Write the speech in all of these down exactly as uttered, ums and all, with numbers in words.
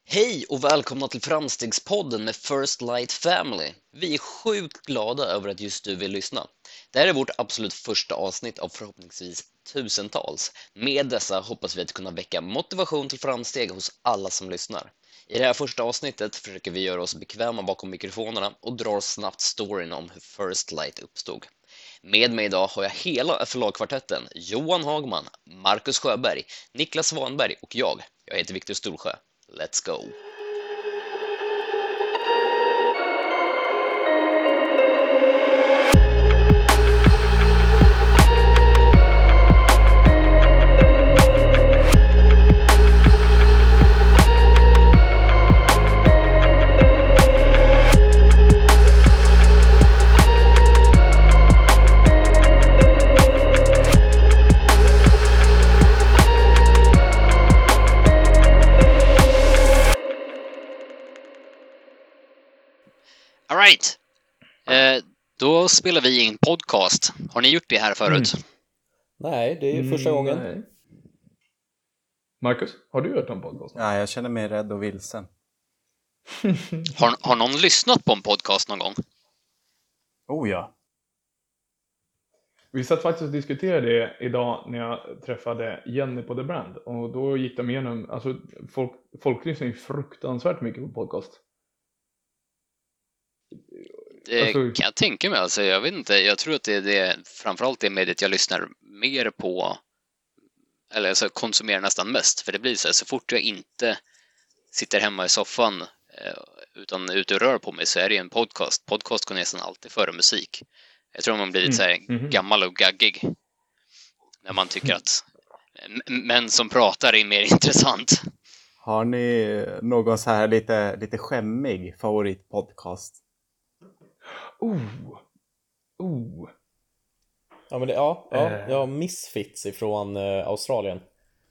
Hej och välkomna till Framstegspodden med First Light Family. Vi är sjukt glada över att just du vill lyssna. Det här är vårt absolut första avsnitt av förhoppningsvis tusentals. Med dessa hoppas vi att kunna väcka motivation till framsteg hos alla som lyssnar. I det här första avsnittet försöker vi göra oss bekväma bakom mikrofonerna och drar snabbt storyn om hur First Light uppstod. Med mig idag har jag hela F L A-kvartetten, Johan Hagman, Marcus Sjöberg, Niklas Svanberg och jag. Jag heter Viktor Storsjö. Let's go! Alright, eh, då spelar vi in podcast. Har ni gjort det här förut? Mm. Nej, det är första Mm, gången. nej. Marcus, har du gjort en podcast? Ja, jag känner mig rädd och vilsen. Har, har någon lyssnat på en podcast någon gång? Oh ja. Vi satt faktiskt och diskuterade det idag när jag träffade Jenny på The Brand. Och då gick de igenom, alltså folk, folk lyssnar ju fruktansvärt mycket på podcast. Det Alltså- kan jag tänka mig. Alltså, jag vet inte, jag tror att det är det, framförallt det mediet jag lyssnar mer på, eller alltså, konsumerar nästan mest. För det blir så här, så fort jag inte sitter hemma i soffan eh, utan ute och rör på mig så är det en podcast. Podcast går nästan alltid före musik. Jag tror man blir lite så här Mm, mhm. gammal och gaggig när man tycker att m- män som pratar är mer intressant. Har ni någon så här lite, lite skämmig favoritpodcast? Oh! Oh! Ja, men det, ja, ja, Eh. jag har Misfits ifrån eh, Australien.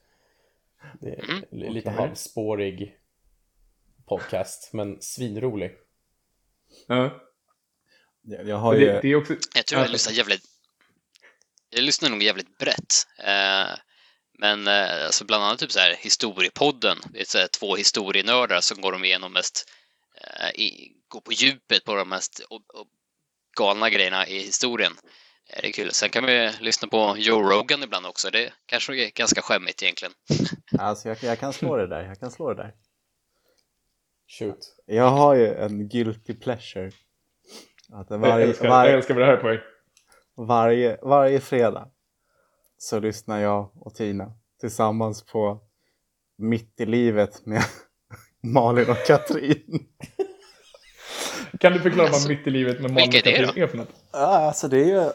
Det är Mm, li- lite okej. halvspårig podcast, men svinrolig. Ja. Jag, jag har Det, ju... det är också... Jag tror jag Ja. lyssnar jävligt Jag lyssnar nog jävligt brett. Eh, men eh, alltså bland annat typ så här historiepodden. Det är så här två historienördar som går de igenom mest eh, i, går på djupet på de mest och, och galna grejerna i historien. Eh, det är kul. Sen kan vi lyssna på Joe Rogan ibland också. Det kanske är ganska skämmigt egentligen. Alltså jag, jag kan slå det där, jag kan slå det där. Shoot. Jag har ju en guilty pleasure. Att Jag varje, älskar, jag varje, älskar vad det här är på er. varje, varje fredag så lyssnar jag och Tina tillsammans på Mitt i livet med Malin och Katrin. Kan du förklara Alltså, vad mitt i livet med Malin vilka är det och Katrin är för något? Ja, alltså det är ju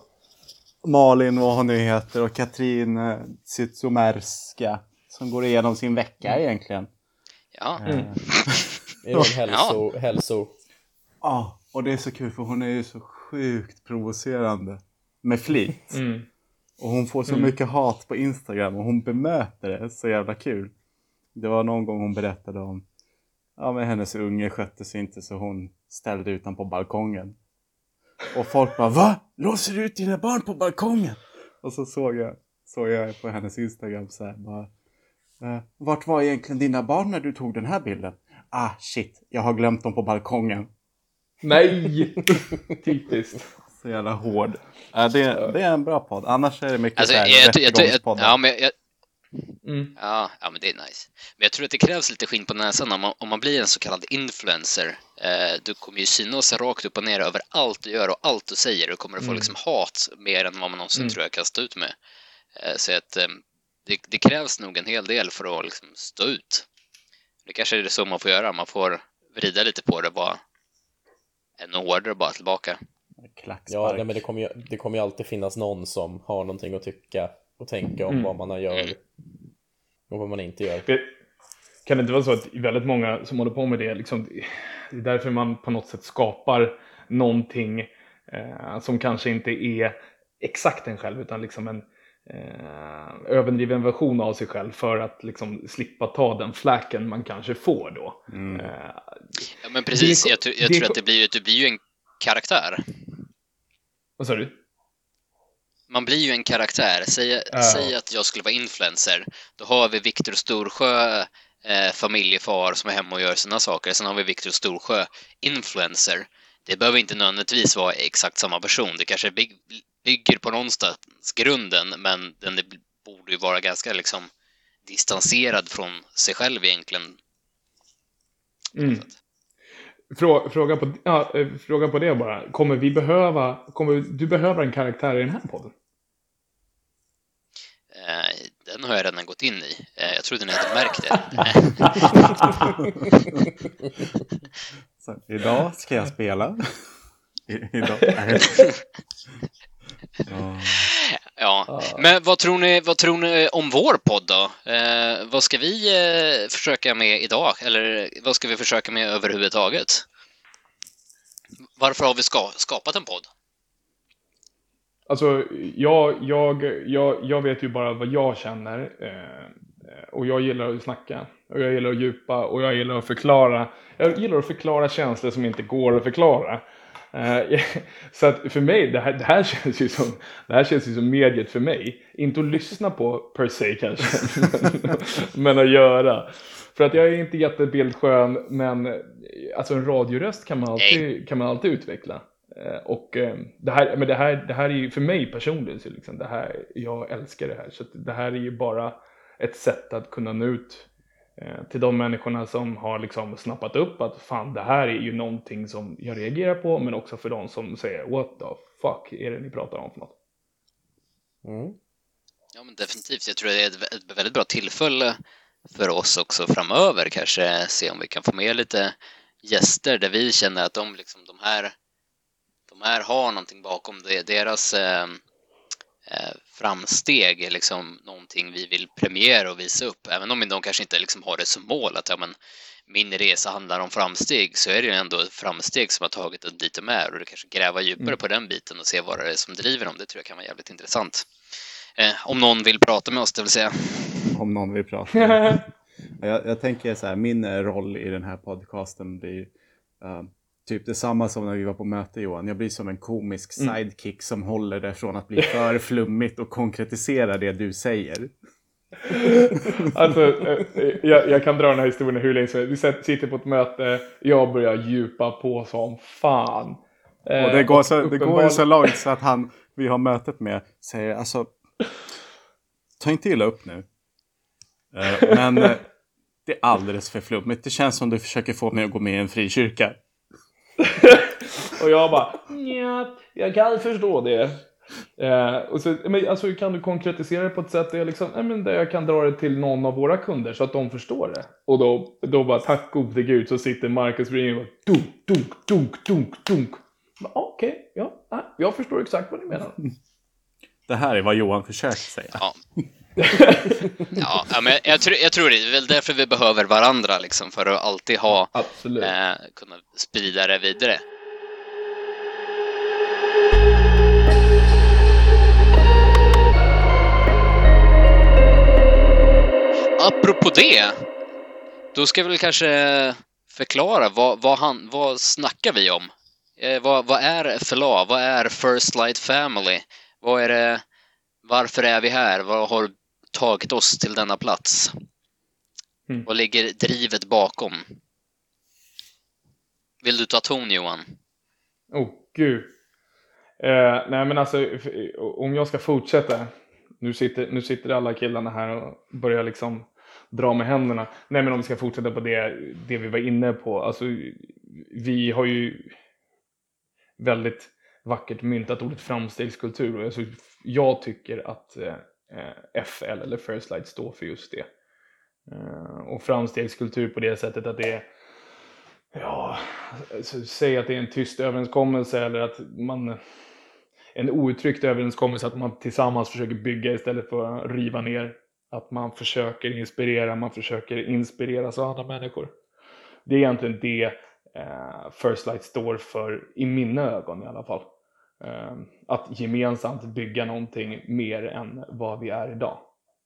Malin, vad hon nu heter, och Katrin eh, Zytomierska som går igenom sin vecka egentligen. Ja, Mm. Eh, Är det en hälso... hälso... Ja, och det är så kul för hon är ju så sjukt provocerande med flit. Mm. Och hon får så Mm. mycket hat på Instagram och hon bemöter det så jävla kul. Det var någon gång hon berättade om ja, men hennes unge skötte sig inte så hon ställde utan på balkongen. Och folk bara, va? Låser du ut dina barn på balkongen? Och så såg jag, såg jag på hennes Instagram så här bara, eh, vart var egentligen dina barn när du tog den här bilden? Ah, shit, jag har glömt dem på balkongen. Nej! Typiskt. Så jävla hård. Ja, det, det är en bra podd. Annars är det mycket alltså, så här jag, jag, jag, jag, rättegångspoddar. ja, men jag, Mm. Ja, ja, men det är nice. Men jag tror att det krävs lite skinn på näsan om man, om man blir en så kallad influencer. Eh, du kommer ju synas rakt upp och ner över allt du gör och allt du säger. Du kommer att få Mm. liksom hat mer än vad man någonsin Mm. tror jag kastar ut med. Eh, så att eh, det, det krävs nog en hel del för att liksom stå ut. Det kanske är det så man får göra. Man får vrida lite på det bara. En order bara tillbaka. Klackspark. Ja, nej, men det kommer, ju, det kommer ju alltid finnas någon som har någonting att tycka och tänka om Mm. vad man gör och vad man inte gör. Det- Kan det inte vara så att väldigt många som håller på med det, liksom, det är därför man på något sätt skapar någonting eh, som kanske inte är exakt en själv utan liksom en eh, överdriven version av sig själv för att liksom slippa ta den fläken man kanske får då. Mm. Eh, Ja, men precis. Det- Jag, tror- jag det- tror att det blir, ju- det blir ju en karaktär. vad sa du? Man blir ju en karaktär. Säg, Ja. säg att jag skulle vara influencer. Då har vi Viktor Storsjö eh, familjefar som är hemma och gör sina saker. Sen har vi Viktor Storsjö, influencer. Det behöver inte nödvändigtvis vara exakt samma person. Det kanske bygg, bygger på någonstans grunden, men den borde ju vara ganska liksom distanserad från sig själv egentligen. Mm. Frå, fråga, på, ja, fråga på det bara. Kommer vi behöva, kommer du behöva en karaktär i den här podden? Eh, den har jag redan gått in i. Eh, jag trodde ni hade märkt det. Så, idag ska jag spela. I, idag. oh. Ja, men vad tror ni, vad tror ni om vår podd då? Eh, vad ska vi eh, försöka med idag? Eller vad ska vi försöka med överhuvudtaget? Varför har vi ska, skapat en podd? Alltså, jag, jag, jag, jag vet ju bara vad jag känner. Eh, och jag gillar att snacka. Och jag gillar att djupa. Och jag gillar att förklara. Jag gillar att förklara känslor som inte går att förklara. Uh, så att för mig, det här, det här känns ju som det här känns ju som mediet för mig. Inte att lyssna på per se kanske, men, men att göra. För att jag är inte jättebildskön, men alltså en radioröst kan man alltid, kan man alltid utveckla. Uh, och uh, det här, men det här, det här är ju för mig personligen så liksom, det här, jag älskar det här. Så att det här är ju bara ett sätt att kunna nå ut till de människorna som har liksom snappat upp att fan, det här är ju någonting som jag reagerar på, men också för de som säger what the fuck är det ni pratar om för något? Mm. Ja, men definitivt. Jag tror det är ett väldigt bra tillfälle för oss också framöver, kanske se om vi kan få med lite gäster där vi känner att de liksom, de här de här har någonting bakom det, deras eh, framsteg är liksom någonting vi vill premiera och visa upp. Även om de kanske inte liksom har det som mål att ja, men min resa handlar om framsteg, så är det ju ändå ett framsteg som har tagit ett lite med, och det kanske gräva djupare mm. på den biten och se vad det är som driver dem. Det tror jag kan vara jävligt intressant. Eh, om någon vill prata med oss, det vill säga. Om någon vill prata med jag, jag tänker så här, min roll i den här podcasten blir uh, typ detsamma som när vi var på möte, Johan. Jag blir som en komisk sidekick mm. som håller det från att bli för flummigt och konkretisera det du säger. Alltså, jag, jag kan dra den här historien hur länge som helst. Vi sitter på ett möte, jag börjar djupa på som fan. Och det går, så, det går ju så långt så att han, vi har mötet med, säger alltså, ta inte illa upp nu. Men det är alldeles för flummigt. Det känns som du försöker få mig att gå med i en frikyrka. Och jag bara, ja, jag kan förstå det. Eh, och så, men, alltså, kan du konkretisera det på ett sätt där jag, liksom, nej, men där jag kan dra det till någon av våra kunder så att de förstår det. Och då, då bara, tack gode gud, så sitter Marcus bredvid och bara, dunk, dunk, dunk, dunk, dunk. Okej, okay, ja, jag förstår exakt vad ni menar. Det här är vad Johan försöker säga. Ja. Ja, men jag, tror, jag tror det är väl därför vi behöver varandra liksom, för att alltid ha eh, kunna sprida det vidare. Apropå det, då ska vi väl kanske förklara vad, vad, han, vad snackar vi om? Eh, vad, vad är F L A? Vad är First Light Family? Vad är det, varför är vi här? Vad har tagit oss till denna plats? Mm. Vad ligger drivet bakom? Vill du ta ton, Johan? Oh, gud. Eh, nej, men alltså, om jag ska fortsätta. Nu sitter, nu sitter alla killarna här och börjar liksom dra med händerna. Nej, men om vi ska fortsätta på det, det vi var inne på. Alltså, vi har ju väldigt vackert myntat ordet framstegskultur. Alltså, jag tycker att eh, F L eller First Light står för just det. Eh, och framstegskultur på det sättet att det är, ja, alltså, säg att det är en tyst överenskommelse eller att man, en outtryckt överenskommelse att man tillsammans försöker bygga istället för att riva ner. Att man försöker inspirera, man försöker inspireras av andra människor. Det är egentligen det eh, First Light står för i mina ögon i alla fall. Eh, att gemensamt bygga någonting mer än vad vi är idag.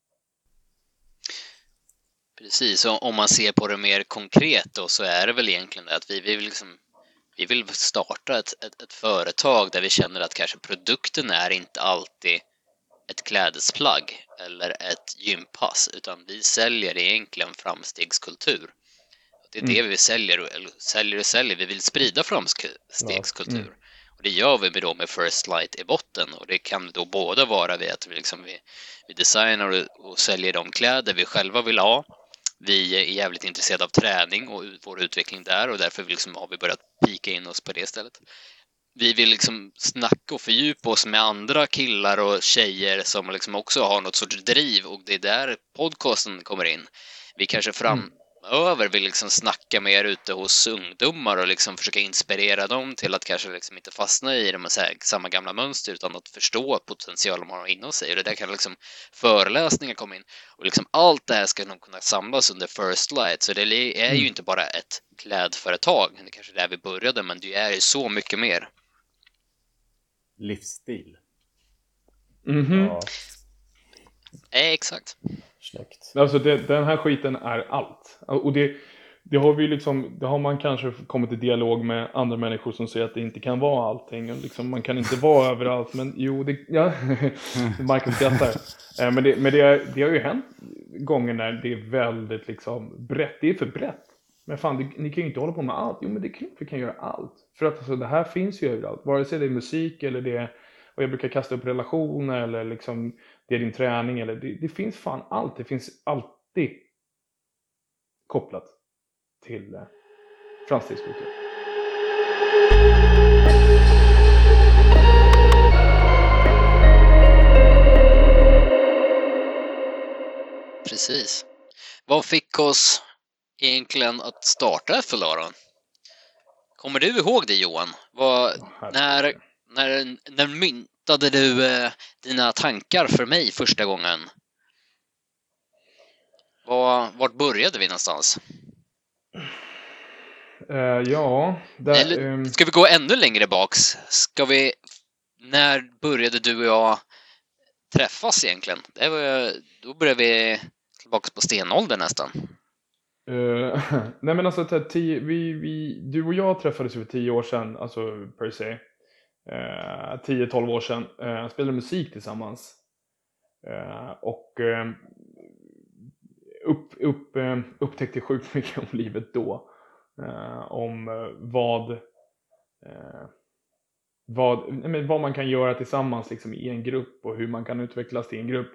Precis, och om man ser på det mer konkret då, så är det väl egentligen det att vi, vi vill liksom, vi vill starta ett, ett, ett företag där vi känner att kanske produkten är inte alltid ett klädesplagg eller ett gympass, utan vi säljer egentligen framstegskultur. Det är det Mm. vi säljer, eller säljer och säljer. Vi vill sprida framstegskultur. Mm. Och det gör vi med, då med First Light i botten. Och det kan då både vara vid att vi, liksom, vi, vi designar och, och säljer de kläder vi själva vill ha. Vi är jävligt intresserade av träning och vår utveckling där, och därför liksom har vi börjat pika in oss på det stället. Vi vill liksom snacka och fördjupa oss med andra killar och tjejer som liksom också har något sorts driv, och det är där podcasten kommer in. Vi kanske framöver vill liksom snacka mer ute hos ungdomar och liksom försöka inspirera dem till att kanske liksom inte fastna i de här samma gamla mönster, utan att förstå potential de har inom sig. Och det där kan liksom föreläsningar komma in. Och liksom allt det här ska nog kunna samlas under First Light. Så det är ju Mm. inte bara ett klädföretag. Det kanske är där vi började, men det är ju så mycket mer. Livsstil. Mhm. Ja, Eh, exakt. snyggt. Alltså det, den här skiten är allt. Och det, det har vi liksom, det har man kanske kommit i dialog med andra människor som säger att det inte kan vara allting. Och liksom, man kan inte vara överallt, men jo, det, ja, Michael skrattar. Eh, Men, det, men det, det har ju hänt gånger när det är väldigt liksom brett, det är för brett. Men fan, det, ni kan ju inte hålla på med allt. Jo, men det är klart vi kan göra allt. För att alltså, det här finns ju överallt. Vare sig det är musik eller det är, och jag brukar kasta upp relationer eller liksom det är din träning eller det, det finns fan allt. Det finns alltid kopplat till eh, framstegskultur. Precis. Vad fick oss egentligen att starta F L A då? Kommer du ihåg det, Johan? Vad, när, när, när myntade du eh, dina tankar för mig första gången? Var, vart började vi någonstans? Eh, ja, där, Eller ehm, ska vi gå ännu längre baks? Ska vi... När började du och jag träffas egentligen? Det var, då började vi tillbaka på stenåldern nästan. eh, nej men alltså att tio, vi, vi, du och jag träffades för tio år sedan, alltså per se. Eh, tio tolv år sedan. Eh, spelade musik tillsammans. Eh, och eh, upp, upp, eh, upptäckte sjukt mycket om livet då. Eh, om eh, vad, eh, vad, nej, men vad man kan göra tillsammans liksom, i en grupp och hur man kan utvecklas i en grupp.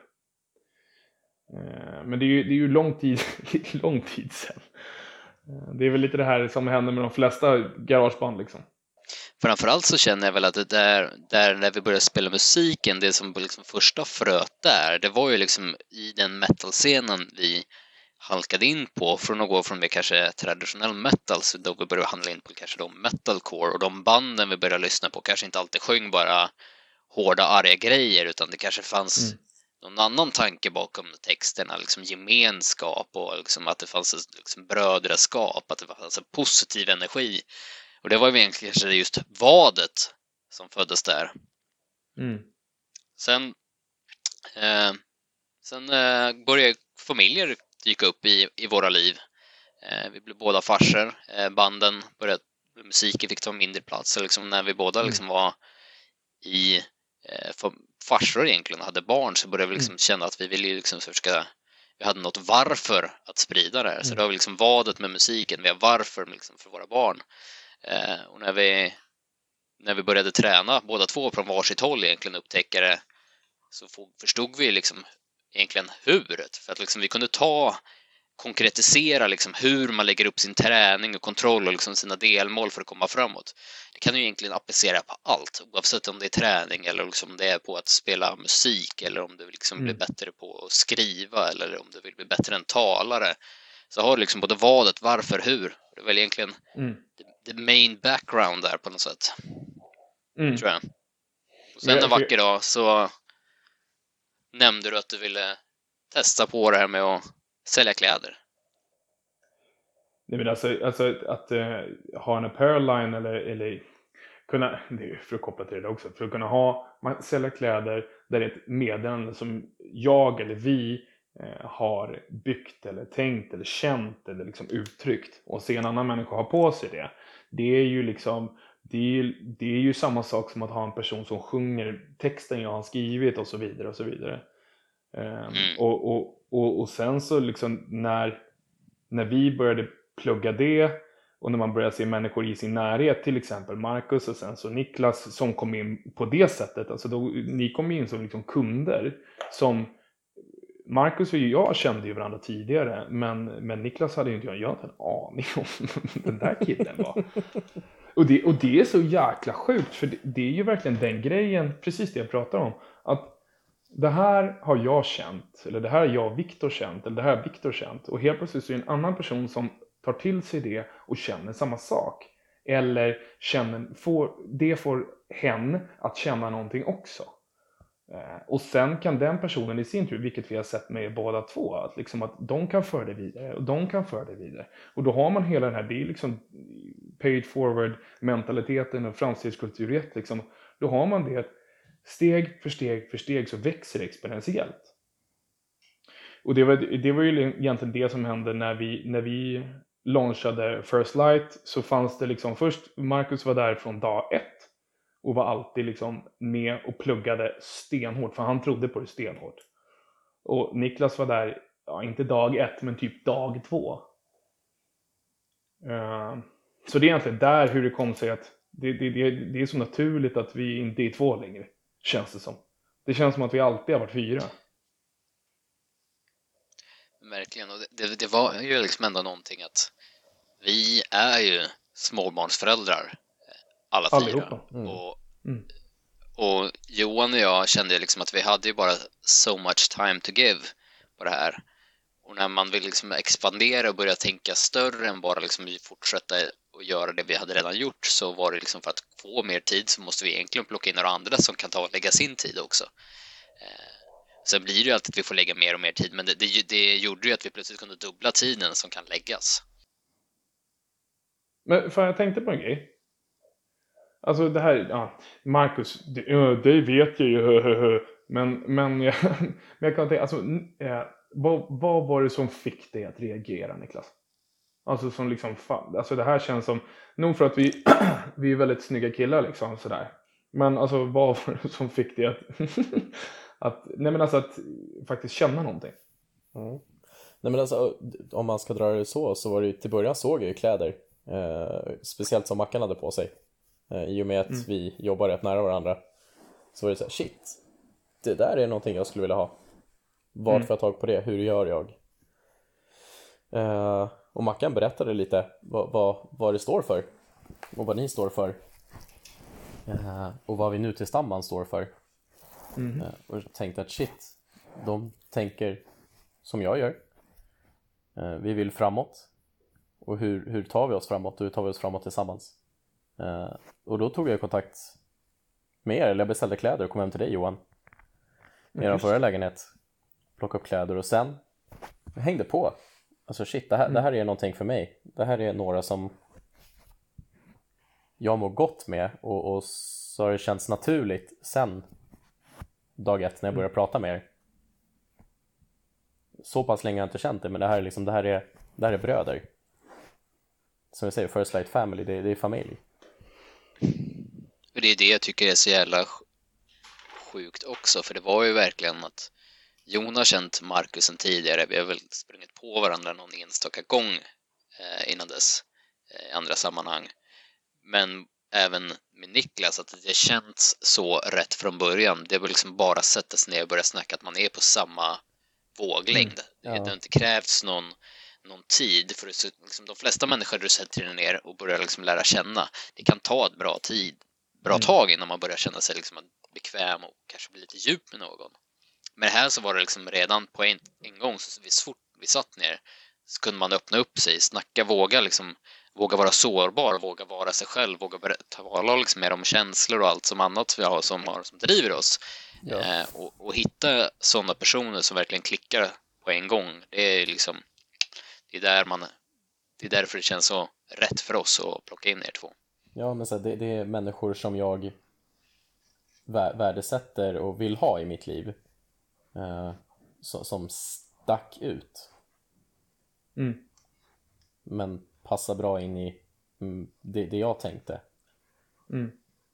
Eh, men det är ju, det är ju lång tid, lång tid sedan. Eh, det är väl lite det här som händer med de flesta garageband liksom. Framförallt så känner jag väl att det där, där när vi började spela musiken, det som liksom första fröet där, det var ju liksom i den metal-scenen vi halkade in på, från att gå från det kanske traditionell metal, så då vi började handla in på kanske de metalcore, och de banden vi började lyssna på kanske inte alltid sjöng bara hårda, arga grejer, utan det kanske fanns mm. någon annan tanke bakom texterna, liksom gemenskap och liksom att det fanns ett liksom brödraskap, att det fanns en positiv energi. Och det var ju egentligen kanske just vadet som föddes där. Mm. Sen, eh, sen eh, började familjer dyka upp i, i våra liv. Eh, vi blev båda farsor. Eh, banden började, musiken fick ta mindre plats. Liksom när vi båda Mm. liksom var i eh, farsor egentligen och hade barn, så började vi liksom Mm. känna att vi ville liksom försöka, vi hade något varför att sprida det här. Så Mm. det var liksom vadet med musiken, vi har varför liksom för våra barn. Eh, och när vi, när vi började träna, båda två från varsitt håll egentligen, upptäcka det, så förstod vi liksom egentligen hur. För att liksom vi kunde ta, konkretisera liksom hur man lägger upp sin träning och kontroll och liksom sina delmål för att komma framåt. Det kan du egentligen applicera på allt, oavsett om det är träning eller liksom det är på att spela musik, eller om du liksom Mm. blir bättre på att skriva, eller om du vill bli bättre än talare. Så har du liksom både vadet, varför, hur. Det är väl egentligen Mm. the main background där på något sätt, Mm. tror jag. Och sen Ja, en för- vacker dag så nämnde du att du ville testa på det här med att sälja kläder. Nej, men alltså, alltså att eh, ha en apparel line eller, eller kunna, det är ju för att koppla till det också, för att kunna ha, man sälja kläder där det är ett meddelande som jag eller vi eh, har byggt eller tänkt eller känt eller liksom uttryckt, och se en annan människa ha på sig det. Det är ju liksom det är, ju, det är ju samma sak som att ha en person som sjunger texten jag har skrivit och så vidare och så vidare. Um, Mm. och, och, och, och sen så liksom när, när vi började plugga det och när man började se människor i sin närhet, till exempel Marcus och sen så Niklas som kom in på det sättet, alltså då, ni kom in som liksom kunder som Marcus och jag kände ju varandra tidigare, men, men Niklas hade ju inte jag, jag hade en aning om den där killen var. Och det, och det är så jäkla sjukt, för det, det är ju verkligen den grejen, precis det jag pratar om, att det här har jag känt, eller det här har jag och Viktor känt, eller det här har Viktor känt, och helt plötsligt så är det en annan person som tar till sig det och känner samma sak. Eller känner, får, det får hen att känna någonting också. Eh, och sen kan den personen i sin tur, vilket vi har sett med båda två, att, liksom att de kan föra det vidare och de kan föra det vidare. Och då har man hela den här, det är liksom paid forward mentaliteten och framstegskulturet liksom. Då har man det, steg för steg för steg så växer det exponentiellt. Och det var, det var ju egentligen det som hände när vi, när vi launchade First Light, så fanns det liksom först, Marcus var där från dag ett och var alltid liksom med och pluggade stenhårt, för han trodde på det stenhårt. Och Niklas var där, ja, inte dag ett men typ dag två. Uh, så det är egentligen där hur det kom sig att det, det, det, det är så naturligt att vi inte är två längre, känns det som. Det känns som att vi alltid har varit fyra. Verkligen, och det, det var ju liksom ändå någonting att vi är ju småbarnsföräldrar alla fyra. Allihopa. Mm. Och, mm. och Johan och jag kände ju liksom att vi hade ju bara so much time to give på det här. Och när man vill liksom expandera och börja tänka större än bara liksom fortsätta och göra det vi hade redan gjort, så var det liksom för att få mer tid så måste vi egentligen plocka in några andra som kan ta och lägga sin tid också. Eh, sen blir det ju alltid att vi får lägga mer och mer tid, men det, det, det gjorde ju att vi plötsligt kunde dubbla tiden som kan läggas. Men för jag tänkte på en grej. Alltså det här, ja, Marcus, det, det vet jag ju, men, men, jag, men jag kan tänka, alltså, eh, vad, vad var det som fick dig att reagera, Niklas? Alltså som liksom, alltså det här känns som, nog för att vi, vi är väldigt snygga killar liksom sådär. Men alltså vad var det som fick dig att, att, nej men alltså att faktiskt känna någonting? Mm. Nej men alltså, om man ska dra det så, så var det ju, till början såg jag ju kläder. Eh, speciellt som Mackan hade på sig. Eh, I och med att mm. vi jobbar rätt nära varandra, så var det så här, shit, det där är någonting jag skulle vilja ha. Vart mm. får jag tag på det? Hur gör jag? Eh, och Mackan berättade lite vad, vad, vad det står för. Och vad ni står för. Eh, och vad vi nu tillsammans står för. Mm. Eh, och tänkte att shit, de tänker som jag gör. Eh, vi vill framåt. Och hur, hur tar vi oss framåt? Och hur tar vi oss framåt tillsammans? Uh, och då tog jag kontakt med er. Eller jag beställde kläder och kom hem till dig, Johan. I er förra lägenhet. Plockade upp kläder och sen jag hängde på. Alltså shit, det här, mm. det här är någonting för mig. Det här är några som jag mår gott med. Och, och så har det känts naturligt sen dag ett när jag började mm. prata med er. Så pass länge har jag inte känt det. Men det här är, liksom, det här är, det här är bröder. Som jag säger, First Light Family, det är, det är familj. Och det är det jag tycker är så jävla sjukt också. För det var ju verkligen att Jon har känt Marcus sen tidigare. Vi har väl sprungit på varandra någon enstaka gång eh, innan dess eh, i andra sammanhang. Men även med Niklas, att det känns så rätt från början. Det är väl liksom bara sätta sig ner och börja snacka att man är på samma våglängd. Mm, ja. Det har inte krävts någon någon tid för att, liksom, de flesta människor du sätter dig ner och börjar liksom lära känna, det kan ta ett bra tid bra mm. tag innan man börjar känna sig liksom bekväm och kanske bli lite djup med någon. Men här så var det liksom redan på en, en gång så vi, fort vi satt ner så kunde man öppna upp sig, snacka, våga liksom, våga vara sårbar, våga vara sig själv, våga tala liksom mer om känslor och allt som annat vi har som, har, som driver oss. Ja. eh, och, och hitta sådana personer som verkligen klickar på en gång, det är liksom Det är, där man, det är därför det känns så rätt för oss att plocka in er två. Ja, men så det, det är människor som jag värdesätter och vill ha i mitt liv. Eh, som, som stack ut. Mm. Men passar bra in i det, det jag tänkte. Mm.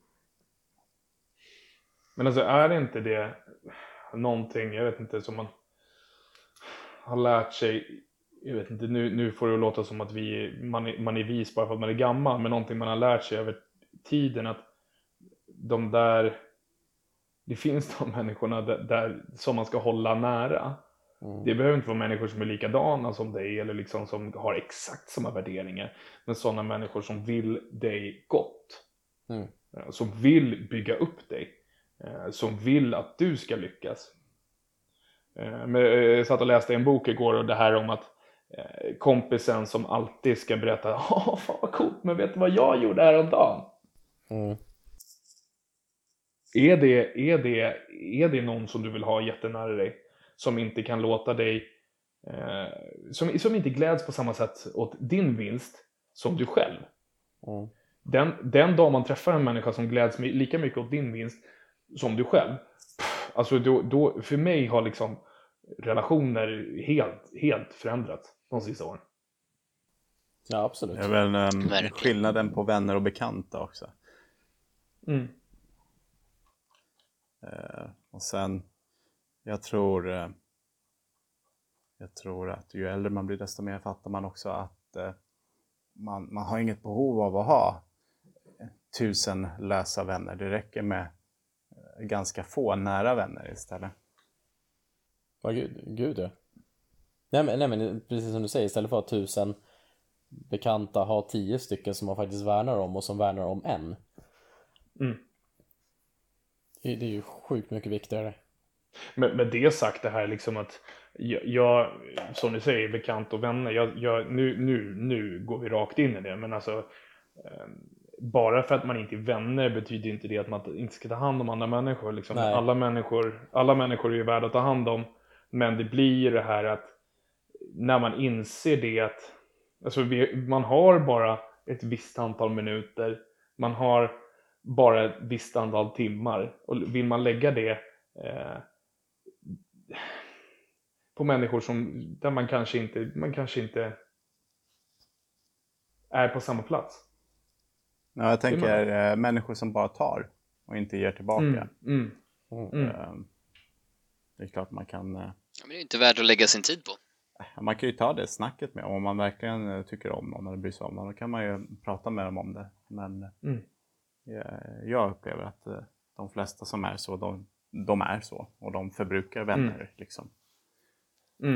Men alltså är det inte det någonting, jag vet inte, som man har lärt sig, jag vet inte, nu, nu får det låta som att vi, man, är, man är vis bara för att man är gammal, men någonting man har lärt sig över tiden, att de där, det finns de människorna där, där som man ska hålla nära. Mm. Det behöver inte vara människor som är likadana som dig eller liksom som har exakt samma värderingar, men sådana människor som vill dig gott. Mm. Som vill bygga upp dig. Som vill att du ska lyckas. Men jag satt och läste en bok igår och det här om att kompisen som alltid ska berätta, ja, fan vad coolt, men vet du vad jag gjorde häromdagen? Mm. Är det, är det, är det någon som du vill ha jättenära dig? Som inte kan låta dig, eh, som, som inte gläds på samma sätt åt din vinst som du själv. Mm. Den, den dag man träffar en människa som gläds lika mycket åt din vinst som du själv, pff, alltså då, då, för mig har liksom relationer helt, helt förändrats de sista åren. Ja, absolut. Det är väl um, skillnaden på vänner och bekanta också. Mm. Uh, och sen, jag tror, uh, jag tror att ju äldre man blir desto mer fattar man också att uh, man, man har inget behov av att ha tusen lösa vänner. Det räcker med uh, ganska få nära vänner istället. Ja, gud, gud ja. Nej men, nej men precis som du säger, istället för att ha tusen bekanta, ha tio stycken som man faktiskt värnar om och som värnar om en. Mm. Det, det är ju sjukt mycket viktigare. Men med det sagt, det här liksom att jag, jag som du säger, bekant och vänner, jag, jag, nu, nu, nu går vi rakt in i det, men alltså eh, bara för att man inte är vänner betyder inte det att man inte ska ta hand om andra människor. Liksom. Alla människor. Alla människor är ju värda att ta hand om, men det blir det här att när man inser det att alltså vi, man har bara ett visst antal minuter, man har bara ett visst antal timmar, och vill man lägga det eh, på människor som där man kanske inte man kanske inte är på samma plats. Ja, jag tänker äh, människor som bara tar och inte ger tillbaka. Mm, mm, mm. Äh, det är klart man kan... Äh, ja, men det är inte värt att lägga sin tid på. Man kan ju ta det snacket med, om man verkligen tycker om någon eller bryr sig om någon, då kan man ju prata med dem om det. Men mm. jag, jag upplever att äh, de flesta som är så, de, de är så. Och de förbrukar vänner mm. liksom. Mm.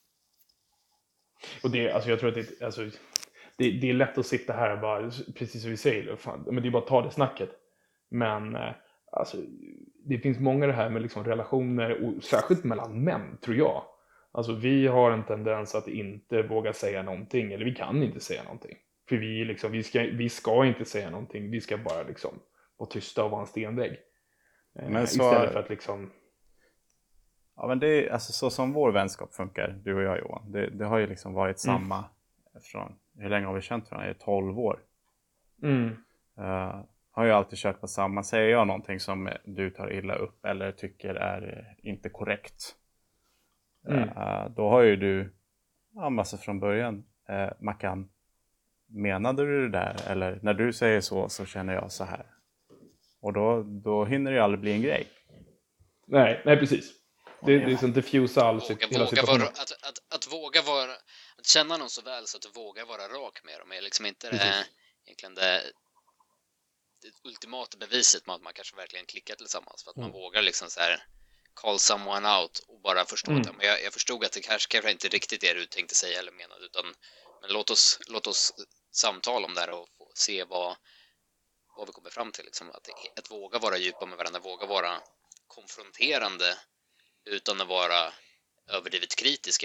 Och det, alltså jag tror att det, alltså, det, det är lätt att sitta här och bara, precis som vi säger, fan, men det är bara att ta det snacket. Men alltså, det finns många det här med liksom relationer, och särskilt mellan män, tror jag. Alltså vi har en tendens att inte våga säga någonting, eller vi kan inte säga någonting. För vi, liksom, vi, ska, vi ska inte säga någonting, vi ska bara liksom vara tysta och vara en stenvägg. Men så... Istället för att liksom... Ja, men det är alltså så som vår vänskap funkar, du och jag, Johan. Det, det har ju liksom varit samma mm. från, hur länge har vi känt varandra? Det är tolv år. Mm. Uh, har ju alltid kört på samma. Säger jag någonting som du tar illa upp eller tycker är inte korrekt. Mm. Uh, då har ju du, ja, massa från början. Uh, Mackan, menade du det där? Eller när du säger så, så känner jag så här. Och då, då hinner det ju aldrig bli en grej. Nej, nej precis. Det, det är liksom diffusa alls. Våga, våga vara, att, att, att våga vara, att känna någon så väl så att du vågar vara rak med dem är liksom inte det, egentligen det, det ultimata beviset med att man kanske verkligen klickar tillsammans, för att mm. man vågar liksom så här call someone out och bara förstå mm. det. Men jag, jag förstod att det kanske, kanske inte riktigt är det du tänkte säga eller menade, utan men låt oss, låt oss samtala om det här och se vad, vad vi kommer fram till liksom. Att, att våga vara djupa med varandra, våga vara konfronterande utan att vara överdrivet kritiska.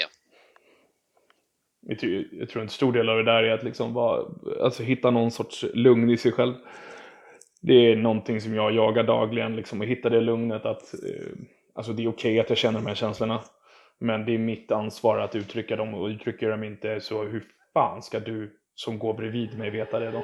Jag tror en stor del av det där är att liksom vara, alltså hitta någon sorts lugn i sig själv. Det är någonting som jag jagar dagligen, liksom, att hitta det lugnet att eh, alltså det är okej att jag känner de här känslorna, men det är mitt ansvar att uttrycka dem, och uttrycker dem inte, så hur fan ska du som går bredvid mig veta det då?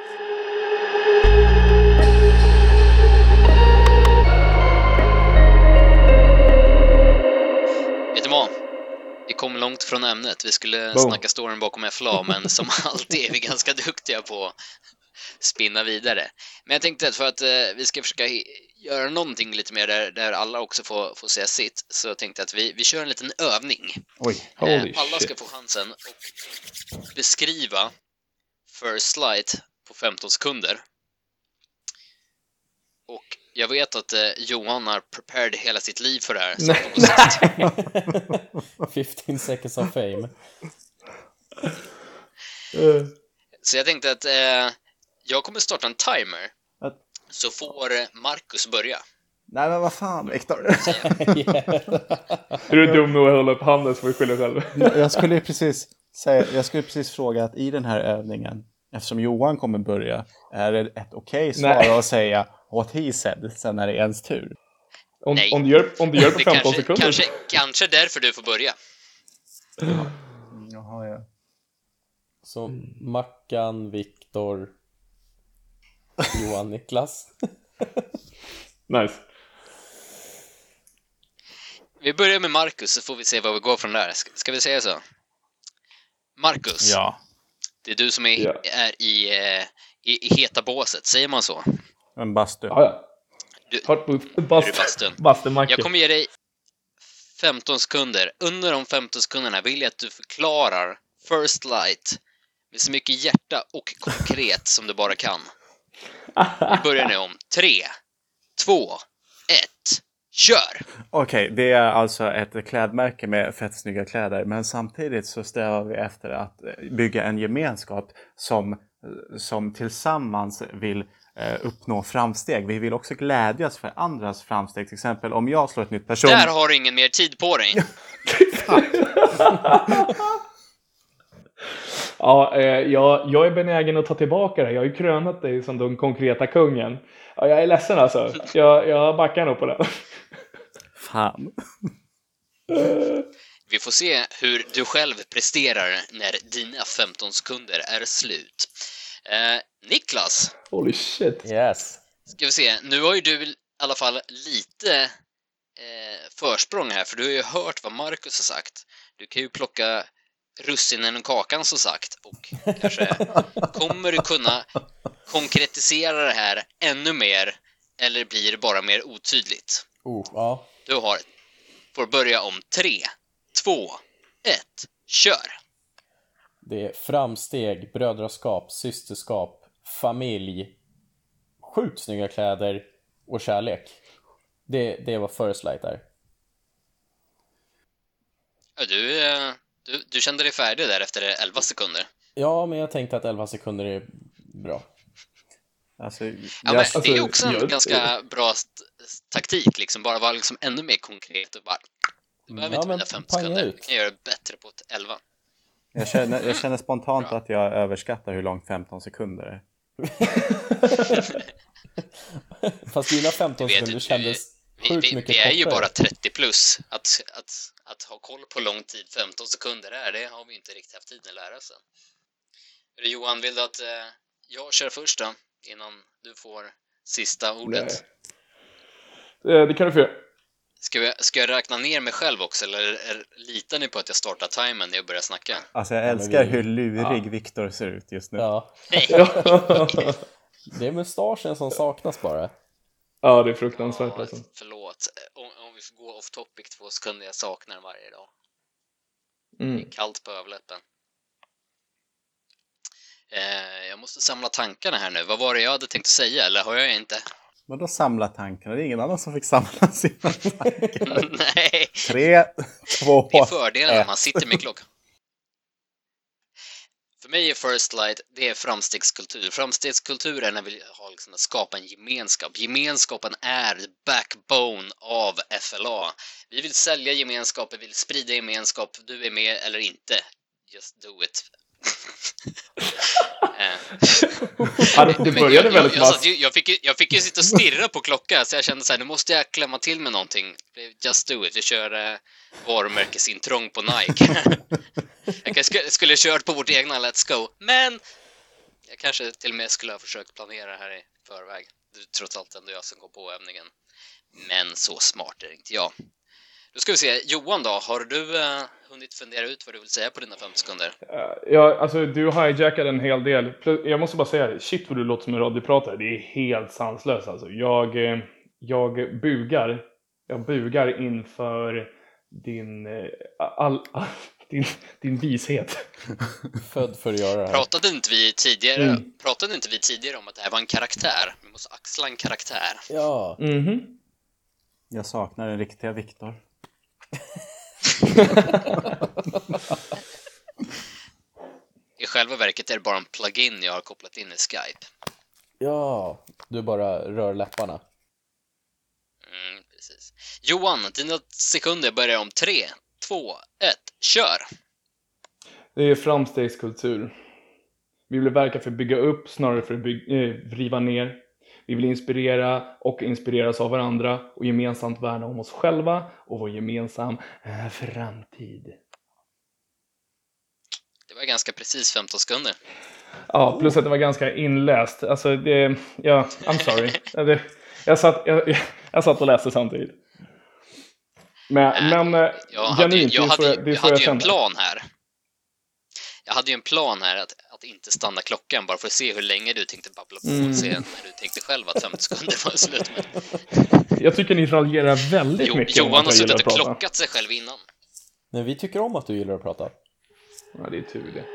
Vi kom långt från ämnet. Vi skulle Boom. snacka storyn bakom F L A, men som alltid är vi ganska duktiga på spinna vidare. Men jag tänkte att för att eh, vi ska försöka göra någonting lite mer där, där alla också får, får säga sitt, så tänkte jag att vi, vi kör en liten övning. Oj. Holy Eh, alla shit. ska få chansen att beskriva First Light på femton sekunder. Och jag vet att eh, Johan har prepared hela sitt liv för det här. Så han får sist. fifteen seconds of fame. Eh, Så jag tänkte att eh, jag kommer starta en timer. Att- Så får eh, Marcus börja. Nej men vad fan, Viktor. Är du dum nog att hålla upp handen så får du skylla själv. Jag skulle ju precis säga, jag skulle precis fråga att i den här övningen, eftersom Johan kommer börja, är det ett okej svar Nej. att säga what he said sen är det ens tur? Om, Nej. om, du gör, om du gör på Det femton kanske, sekunder. kanske, kanske därför du får börja. Jaha, ja. Så Mackan, Viktor, Johan, Niklas. Nice. Vi börjar med Marcus så får vi se vad vi går från där. Ska, ska vi säga så? Marcus, Ja. det är du som är, Ja. är i, eh, i, i heta båset. Säger man så? En bastu. Ja, ja. Du- Hot booth. Är du i Bast, bastun? bastemacka. Jag kommer ge dig femton sekunder. Under de femton sekunderna vill jag att du förklarar First Light med så mycket hjärta och konkret som du bara kan. Vi börjar nu om tre, två, ett, kör! Okej, det är alltså ett klädmärke med fett snygga kläder. Men samtidigt så strävar vi efter att bygga en gemenskap som, som tillsammans vill eh, uppnå framsteg. Vi vill också glädjas för andras framsteg. Till exempel om jag slår ett nytt person... Där har du ingen mer tid på dig. Ja, eh, jag, jag är benägen att ta tillbaka det. Jag har ju krönat dig som den konkreta kungen. Ja, jag är ledsen alltså. Jag, jag backar nog på det. Fan. Vi får se hur du själv presterar när dina femton sekunder är slut. Eh, Niklas, Holy shit. Yes. ska vi se. Nu har ju du i alla fall lite eh, försprång här, för du har ju hört vad Marcus har sagt. Du kan ju plocka russinen och kakan som sagt, och kanske kommer du kunna konkretisera det här ännu mer, eller blir det bara mer otydligt? Oh, ja. Du har, får börja om tre, två, ett, kör! Det är framsteg, brödraskap, systerskap, familj, sjukt snygga kläder och kärlek. Det, det var First Light där. Ja, du, eh, du, du kände dig färdig där efter elva sekunder. Ja, men jag tänkte att elva sekunder är bra. Alltså, Ja, jag, men det är alltså, också en jag- ganska bra st- taktik, liksom. Bara vara liksom ännu mer konkret och bara... Du behöver Ja, inte men mina femton panga sekunder. ut. Jag kan göra det bättre på ett elva. jag, känner, jag känner spontant att jag överskattar hur långt femton sekunder är. Fast dina femton Du vet sekunder inte, kändes Vi, sjukt vi, mycket vi är ju kortare. bara trettio plus. Att, att, att ha koll på lång tid, femton sekunder är, det har vi inte riktigt haft tid att lära oss. Hörru, Johan, vill du att eh, jag kör först då? Innan du får sista ordet. Nej. Eh, Det kan du få göra. Ska, vi, ska jag räkna ner mig själv också, eller är, litar ni på att jag startar timern när jag börjar snacka? Alltså jag men älskar vi- hur lurig Viktor ser ut just nu. Ja, det är mustaschen som saknas bara. Ja, det är fruktansvärt Ja, alltså. förlåt. Om, om vi får gå off topic två sekunder, jag saknar den varje dag. Mm. Det är kallt på överläppen. Eh, jag måste samla tankarna här nu. Vad var det jag hade tänkt att säga, eller har jag inte? Men då samla tankarna. Det är ingen annan som fick samla sina tankar. Nej, Tre, två, det är fördelen när man ett. sitter med klockan. För mig är First Light, det är framstegskultur. Framstegskultur är när vi har liksom att skapa en gemenskap. Gemenskapen är backbone av F L A. Vi vill sälja gemenskap, vi vill sprida gemenskap. Du är med eller inte. Just do it. Eh. Ja, det, det Men började jag, väldigt jag, jag, vasst. satt ju- jag, fick ju, jag fick ju sitta och stirra på klockan, så jag kände så här, nu måste jag klämma till med någonting. Just do it. Vi kör eh, varumärkesintrång på Nike. Jag kanske skulle, skulle kört på vårt egna Let's Go, men jag kanske till och med skulle ha försökt planera det här i förväg. Det är trots allt ändå jag som går på övningen. Men så smart är inte jag. Då ska vi se, Johan då, har du eh, hunnit fundera ut vad du vill säga på dina fem sekunder? Uh, ja, alltså du hijackade en hel del. Jag måste bara säga, shit vad du låter som en radiopratare. Det är helt sanslöst alltså. Jag, eh, jag bugar, jag bugar inför din, eh, all, all, din, din vishet. Född för att göra det här. Pratade inte vi tidigare, Mm. pratade inte vi tidigare om att det här var en karaktär? Vi måste axla en karaktär. Ja. Mhm. Jag saknar den riktiga Viktor. I själva verket är det bara en plugin jag har kopplat in i Skype. Ja, du bara rör läpparna. Mm, precis. Johan, dina sekunder börjar om tre, två, ett, kör! Det är framstegskultur. Vi vill verka för att bygga upp snarare för att bygga, eh, riva ner. Vi vill inspirera och inspireras av varandra och gemensamt värna om oss själva och vår gemensam eh, framtid. Det var ganska precis femton sekunder. Ja, plus att det var ganska inläst. Alltså, det, ja, I'm sorry. Det, jag, satt, jag, jag satt och läste samtidigt. Men, Äh, men jag hade, genuint, jag det är så hade, jag, det är jag så jag hade ju en känner. plan här. Jag hade ju en plan här att, att inte stanna klockan bara för att se hur länge du tänkte babbla på Mm. och se när du tänkte själv att femtio sekunder var slut med. Jag tycker ni raljerar väldigt Jo, mycket om Johan att har jag gillar suttit att och prata. klockat sig själv innan. Men vi tycker om att du gillar att prata. Ja, det är tur det.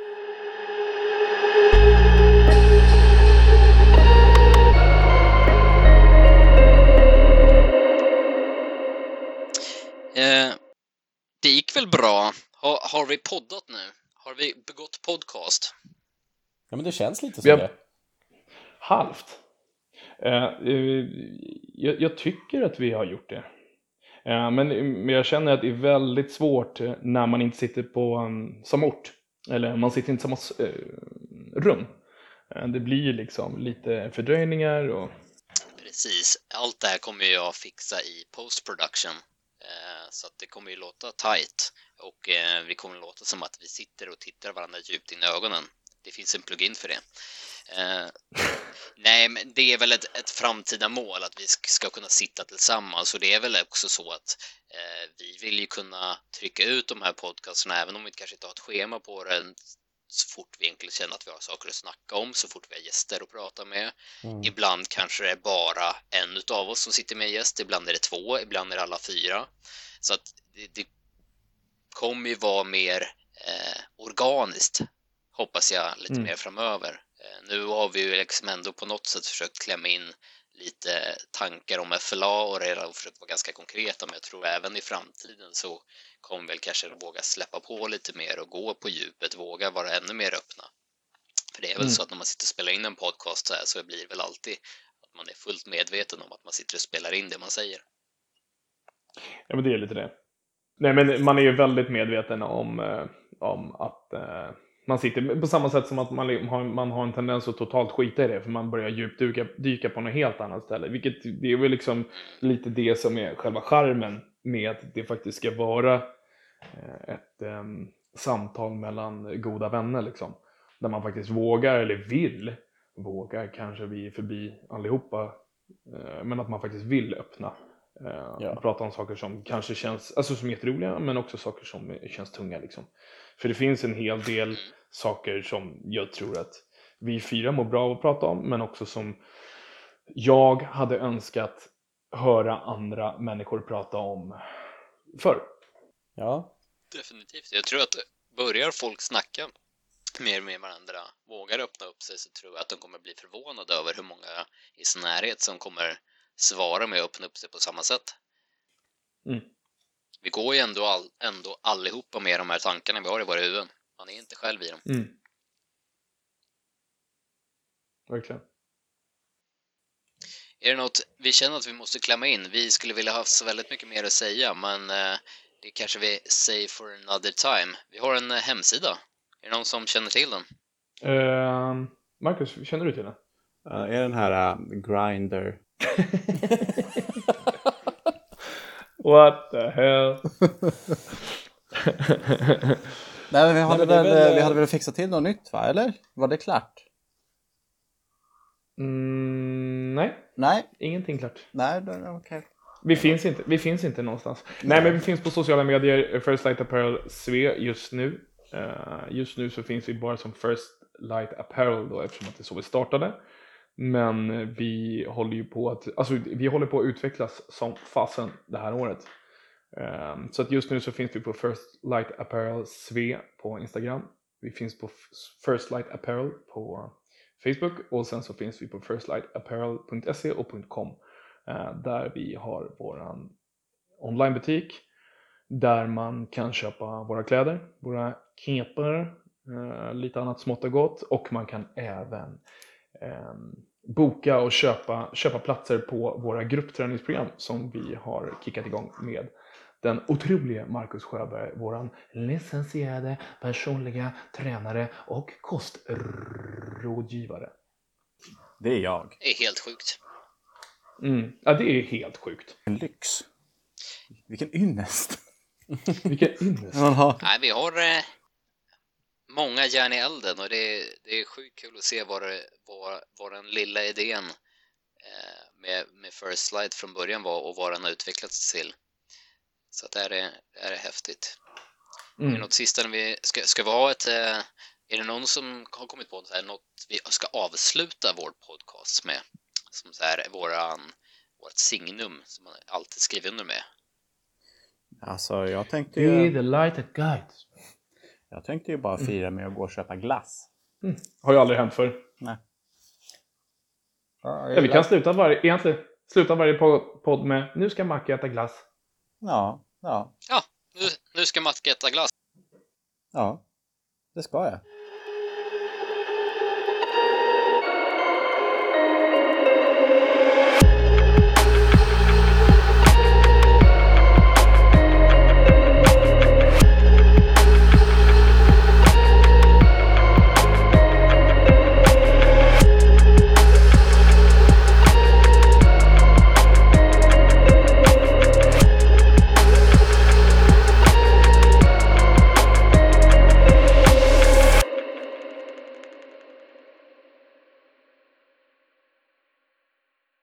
Eh, det gick väl bra. Har, har vi poddat nu? Har vi begått podcast? Ja, men det känns lite Vi som har- det. Halvt. Eh, eh, jag, jag tycker att vi har gjort det. Eh, men, men jag känner att det är väldigt svårt eh, när man inte sitter på um, samma ort. Eller man sitter inte i samma eh, rum. Eh, det blir liksom lite fördröjningar och... Precis. Allt det här kommer jag fixa i post-production. Eh, så att det kommer ju låta tight. Och eh, vi kommer låta som att vi sitter och tittar varandra djupt in i ögonen. Det finns en plugin för det. Eh, nej, men det är väl ett, ett framtida mål att vi sk- ska kunna sitta tillsammans. Och det är väl också så att eh, vi vill ju kunna trycka ut de här podcasterna även om vi kanske inte har ett schema på det. Så fort vi egentligen känner att vi har saker att snacka om, så fort vi har gäster att prata med. Mm. Ibland kanske det är bara en utav oss som sitter med gäst, ibland är det två, ibland är det alla fyra. Så att det, det kommer ju vara mer eh, organiskt, hoppas jag, lite Mm. mer framöver. Eh, nu har vi ju liksom ändå på något sätt försökt klämma in lite tankar om F L A och redan försökt vara ganska konkreta, men jag tror även i framtiden så kommer väl kanske våga släppa på lite mer och gå på djupet, våga vara ännu mer öppna. För det är väl Mm. så att när man sitter och spelar in en podcast så här så blir det väl alltid att man är fullt medveten om att man sitter och spelar in det man säger. Ja, men det är lite det. Nej, men man är ju väldigt medveten om, eh, om att eh, man sitter på samma sätt som att man har, man har en tendens att totalt skita i det, för man börjar djupdyka dyka på något helt annat ställe. Vilket det är väl liksom lite det som är själva charmen med att det faktiskt ska vara eh, ett eh, samtal mellan goda vänner liksom. Där man faktiskt vågar, eller vill, vågar kanske vi är förbi allihopa, eh, men att man faktiskt vill öppna. Uh, Ja. och prata om saker som kanske känns, alltså som är jätteroliga, men också saker som känns tunga liksom. För det finns en hel del saker som jag tror att vi fyra mår bra av att prata om, men också som jag hade önskat höra andra människor prata om förr. Ja, Definitivt. Jag tror att börjar folk snacka mer med varandra, vågar öppna upp sig, så tror jag att de kommer bli förvånade över hur många i sin närhet som kommer svara med att öppna upp sig på samma sätt. Mm. Vi går ju ändå, all, ändå allihopa med de här tankarna vi har i våra huvuden. Man är inte själv i dem. Mm. Verkligen. Är det något vi känner att vi måste klämma in? Vi skulle vilja ha så väldigt mycket mer att säga, men eh, det kanske vi say for another time. Vi har en eh, hemsida. Är det någon som känner till den? Uh, Marcus, känner du till det? Uh, är den här uh, Grindr? What the hell? Nej, men vi hade, men det är väl, väl, vi hade väl fixat till något nytt, va? Eller? Var det klart? Mm, nej, Nej, ingenting klart. nej, då- okej. Vi finns inte, vi finns inte någonstans. Nej, men vi finns på sociala medier, First Light Apparel Sve just nu. Uh, just nu så finns vi bara som First Light Apparel då, eftersom att det är så vi startade. Men vi håller ju på att, alltså vi håller på att utvecklas som fasen det här året. Um, så att just nu så finns vi på First Light Apparel Sve på Instagram. Vi finns på First Light Apparel på Facebook och sen så finns vi på first light apparel punkt se och .com uh, där vi har våran onlinebutik där man kan köpa våra kläder, våra kepar, uh, lite annat smått och gott, och man kan även um, boka och köpa, köpa platser på våra gruppträningsprogram som vi har kickat igång med den otroliga Marcus Sjöberg, våran licensierade personliga tränare och kostrådgivare. Det är jag. Det är helt sjukt. Mm. Ja, det är helt sjukt. En lyx. Vilken ynnest. Vilken ynnest. Jaha. Nej, vi har eh, många järn i elden och det är, det är sjukt kul att se vad, det, vad, vad den lilla idén eh, med, med First Light från början var och vad den har utvecklats till. Så att det här är, det här är häftigt. Mm. Är det något sista när vi ska, ska vi ha ett eh, är det någon som har kommit på så här, något vi ska avsluta vår podcast med som så här våran vårt signum som man alltid skriver under med? Alltså jag tänkte ju the lighted guides. Jag tänkte ju bara fira med att gå och köpa glass. Mm. Har ju aldrig hänt förr. Nej. Ja, vi kan sluta varje egentligen sluta varje podd med nu ska Macke äta glass. Ja, ja. Ja, nu, nu ska Macke äta glass. Ja, det ska jag.